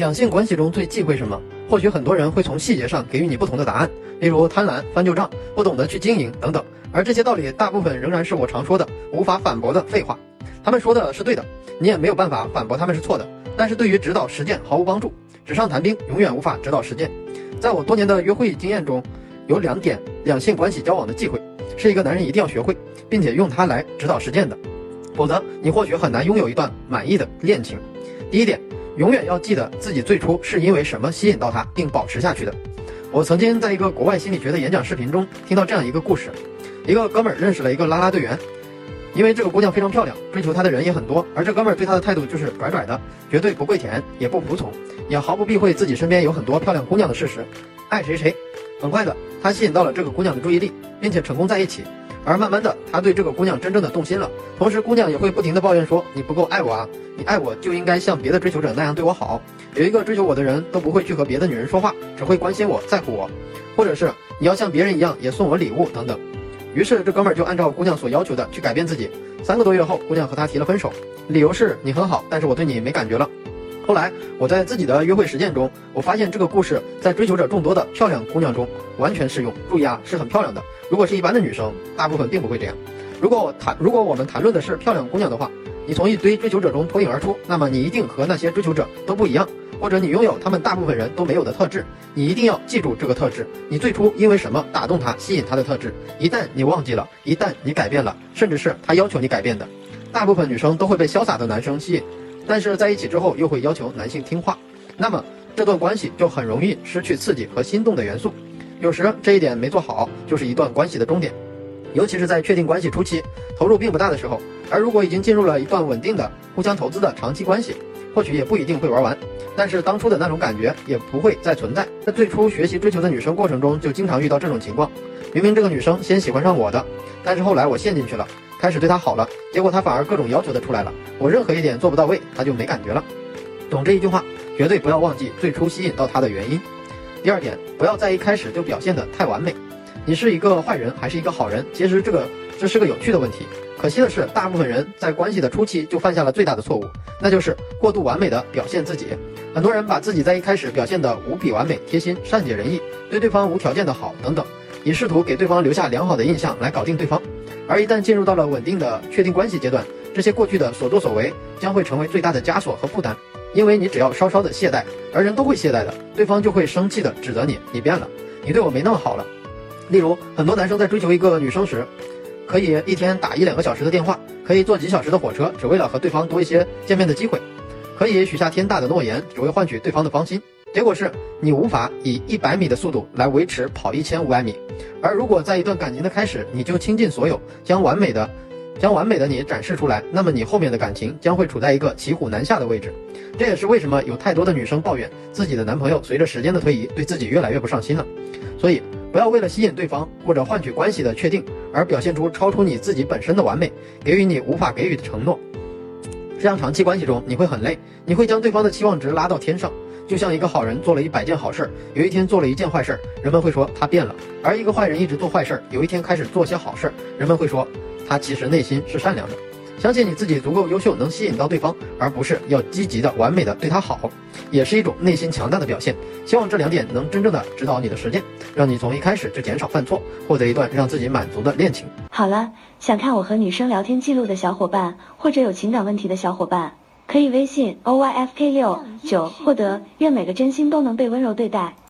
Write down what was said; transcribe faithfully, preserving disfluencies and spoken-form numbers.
两性关系中最忌讳什么？或许很多人会从细节上给予你不同的答案，例如贪婪、翻旧账、不懂得去经营等等。而这些道理大部分仍然是我常说的无法反驳的废话。他们说的是对的，你也没有办法反驳他们是错的，但是对于指导实践毫无帮助。纸上谈兵永远无法指导实践。在我多年的约会经验中，有两点两性关系交往的忌讳，是一个男人一定要学会，并且用它来指导实践的，否则你或许很难拥有一段满意的恋情。第一点，永远要记得自己最初是因为什么吸引到他并保持下去的。我曾经在一个国外心理学的演讲视频中听到这样一个故事，一个哥们儿认识了一个啦啦队员，因为这个姑娘非常漂亮，追求她的人也很多，而这哥们儿对她的态度就是拽拽的，绝对不跪舔，也不服从，也毫不避讳自己身边有很多漂亮姑娘的事实，爱谁谁。很快的，他吸引到了这个姑娘的注意力，并且成功在一起。而慢慢的，他对这个姑娘真正的动心了，同时姑娘也会不停的抱怨说，你不够爱我啊，你爱我就应该像别的追求者那样对我好，有一个追求我的人都不会去和别的女人说话，只会关心我在乎我，或者是你要像别人一样也送我礼物等等。于是这哥们儿就按照姑娘所要求的去改变自己。三个多月后，姑娘和他提了分手，理由是你很好，但是我对你没感觉了。后来我在自己的约会实践中，我发现这个故事在追求者众多的漂亮姑娘中完全适用。注意啊，是很漂亮的，如果是一般的女生，大部分并不会这样。如果我谈如果我们谈论的是漂亮姑娘的话，你从一堆追求者中脱颖而出，那么你一定和那些追求者都不一样，或者你拥有他们大部分人都没有的特质。你一定要记住这个特质，你最初因为什么打动他，吸引他的特质。一旦你忘记了，一旦你改变了，甚至是他要求你改变的，大部分女生都会被潇洒的男生吸引，但是在一起之后又会要求男性听话，那么这段关系就很容易失去刺激和心动的元素。有时这一点没做好，就是一段关系的终点，尤其是在确定关系初期，投入并不大的时候。而如果已经进入了一段稳定的互相投资的长期关系，或许也不一定会玩完，但是当初的那种感觉也不会再存在。在最初学习追求的女生过程中，就经常遇到这种情况，明明这个女生先喜欢上我的，但是后来我陷进去了，开始对她好了，结果她反而各种要求的出来了，我任何一点做不到位，她就没感觉了。懂这一句话，绝对不要忘记最初吸引到她的原因。第二点，不要在一开始就表现得太完美。你是一个坏人还是一个好人，其实这个这是个有趣的问题。可惜的是，大部分人在关系的初期就犯下了最大的错误，那就是过度完美的表现自己。很多人把自己在一开始表现得无比完美、贴心、善解人意，对对方无条件的好等等，以试图给对方留下良好的印象来搞定对方。而一旦进入到了稳定的确定关系阶段，这些过去的所作所为将会成为最大的枷锁和负担。因为你只要稍稍的懈怠，而人都会懈怠的，对方就会生气的指责你，你变了，你对我没那么好了。例如，很多男生在追求一个女生时，可以一天打一两个小时的电话，可以坐几小时的火车，只为了和对方多一些见面的机会，可以许下天大的诺言，只为换取对方的芳心。结果是你无法以一百米的速度来维持跑一千五百米。而如果在一段感情的开始，你就倾尽所有，将完美的将完美的你展示出来，那么你后面的感情将会处在一个骑虎难下的位置。这也是为什么有太多的女生抱怨自己的男朋友随着时间的推移对自己越来越不上心了。所以不要为了吸引对方或者换取关系的确定而表现出超出你自己本身的完美，给予你无法给予的承诺。这样长期关系中你会很累，你会将对方的期望值拉到天上，就像一个好人做了一百件好事，有一天做了一件坏事，人们会说他变了；而一个坏人一直做坏事，有一天开始做些好事，人们会说他其实内心是善良的。相信你自己足够优秀，能吸引到对方，而不是要积极的完美的对他好，也是一种内心强大的表现。希望这两点能真正的指导你的实践，让你从一开始就减少犯错，获得一段让自己满足的恋情。 好了，想看我和女生聊天记录的小伙伴，或者有情感问题的小伙伴，可以微信 O Y F K 六九获得。愿每个真心都能被温柔对待。